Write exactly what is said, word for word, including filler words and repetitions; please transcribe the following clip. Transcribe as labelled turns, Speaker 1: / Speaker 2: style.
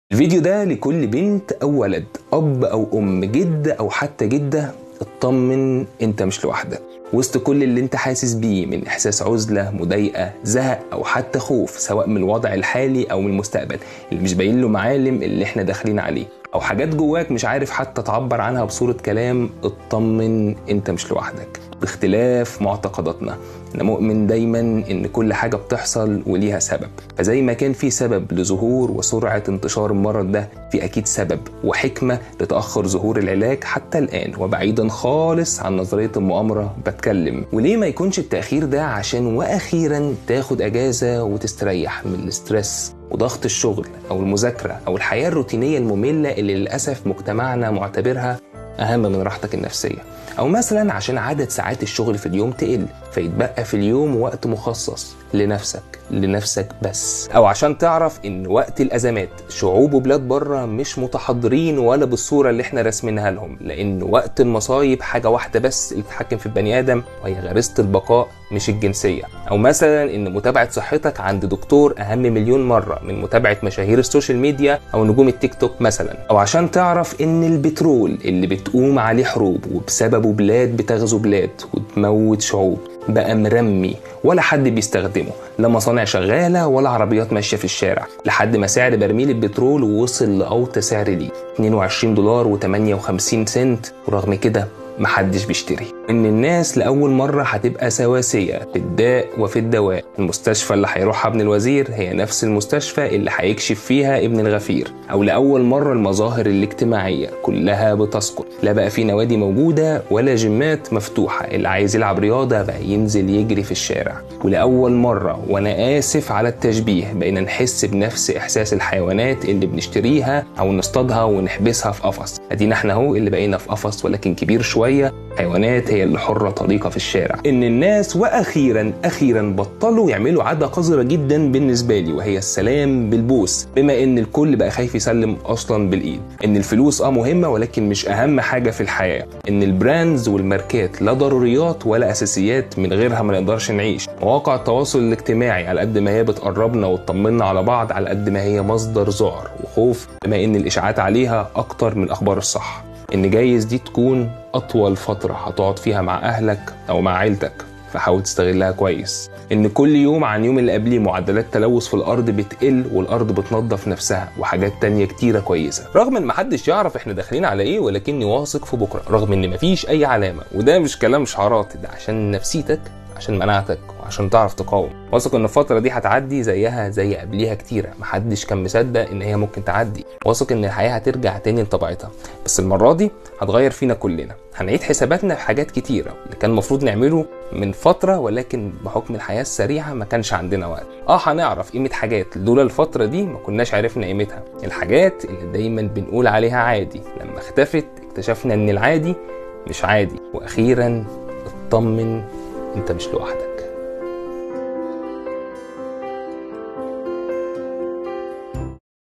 Speaker 1: الفيديو ده لكل بنت أو ولد، أب أو أم، جد أو حتى جدة. اطمن، انت مش لوحدك. وسط كل اللي انت حاسس بيه من احساس عزلة، مضايقة، زهق او حتى خوف، سواء من الوضع الحالي او من المستقبل اللي مش باين له معالم اللي احنا داخلين عليه، او حاجات جواك مش عارف حتى تعبر عنها بصورة كلام، اطمن انت مش لوحدك. باختلاف معتقداتنا، انا مؤمن دايما ان كل حاجة بتحصل وليها سبب، فزي ما كان في سبب لظهور وسرعة انتشار المرض ده، في اكيد سبب وحكمة لتأخر ظهور العلاج حتى الان. وبعيدا خالص عن نظرية المؤامرة بتكلم، وليه ما يكونش التأخير ده عشان واخيرا تاخد اجازة وتستريح من الاسترس وضغط الشغل او المذاكرة او الحياة الروتينية المملة اللي للأسف مجتمعنا معتبرها اهم من راحتك النفسية، او مثلا عشان عدد ساعات الشغل في اليوم تقل فيتبقى في اليوم وقت مخصص لنفسك لنفسك بس، او عشان تعرف ان وقت الازمات شعوب وبلاد بره مش متحضرين ولا بالصورة اللي احنا رسمينها لهم، لان وقت المصايب حاجة واحدة بس اللي تتحكم في البني ادم وهي غريزة البقاء مش الجنسية، او مثلا ان متابعة صحتك عند دكتور اهم مليون مرة من متابعة مشاهير السوشيال ميديا او نجوم التيك توك مثلا، او عشان تعرف ان البترول اللي بتقوم عليه حروب وبسببه بلاد بتغزو بلاد وتموت شعوب بقى مرمي ولا حد بيستخدمه، لا مصانع شغالة ولا عربيات ماشية في الشارع، لحد ما سعر برميل البترول وصل لأوطى سعر ليه اتنين وعشرين دولار وتمانية وخمسين سنت، ورغم كده محدش بيشتري. ان الناس لأول مرة هتبقى سواسية في الداء وفي الدواء، المستشفى اللي هيروحها ابن الوزير هي نفس المستشفى اللي هيكشف فيها ابن الغفير، او لأول مرة المظاهر الاجتماعية كلها بتسقط، لا بقى في نوادي موجودة ولا جيمات مفتوحة، اللي عايز يلعب رياضة بقى ينزل يجري في الشارع، ولأول مرة وانا آسف على التشبيه بقينا نحس بنفس احساس الحيوانات اللي بنشتريها او نصطادها ونحبسها في قفص. ادينا احنا اهو اللي بقينا في قفص ولكن كبير شوية، حيوانات هي اللي حرة طليقة في الشارع. ان الناس واخيرا اخيرا بطلوا يعملوا عادة قذرة جدا بالنسبة لي، وهي السلام بالبوس، بما ان الكل بقى خايف يسلم اصلا بالايد. ان الفلوس اه مهمة ولكن مش اهم حاجة في الحياة. ان البراندز والماركات لا ضروريات ولا اساسيات من غيرها ما نقدرش نعيش. مواقع التواصل الاجتماعي على قد ما هي بتقربنا وتطمنا على بعض، على قد ما هي مصدر ذعر وخوف، بما ان الاشاعات عليها اكتر من الاخبار الصح. ان جايز دي تكون اطول فترة هتقعد فيها مع اهلك او مع عيلتك، فحاول تستغلها كويس. ان كل يوم عن يوم اللي قبليه معدلات تلوث في الارض بتقل والارض بتنظف نفسها، وحاجات تانية كتيرة كويسة. رغم ان محدش يعرف احنا داخلين على ايه، ولكني واثق في بكرة، رغم ان مفيش اي علامة. وده مش كلام شعارات، ده عشان نفسيتك، عشان مناعتك، وعشان تعرف تقاوم. واثق ان الفترة دي هتعدي زيها زي قبليها كتيرة، محدش كان مصدق ان هي ممكن تعدي. واثق ان الحياة هترجع تاني لطبيعتها، بس المرة دي هتغير فينا كلنا. هنعيد حساباتنا في حاجات كتيرة اللي كان المفروض نعمله من فترة، ولكن بحكم الحياة السريعة ما كانش عندنا وقت. اه هنعرف قيمة حاجات لولا الفترة دي ما كناش عرفنا قيمتها. الحاجات اللي دايما بنقول عليها عادي، لما اختفت اكتشفنا ان العادي مش عادي. واخيرا اطمن، انت مش لوحدك.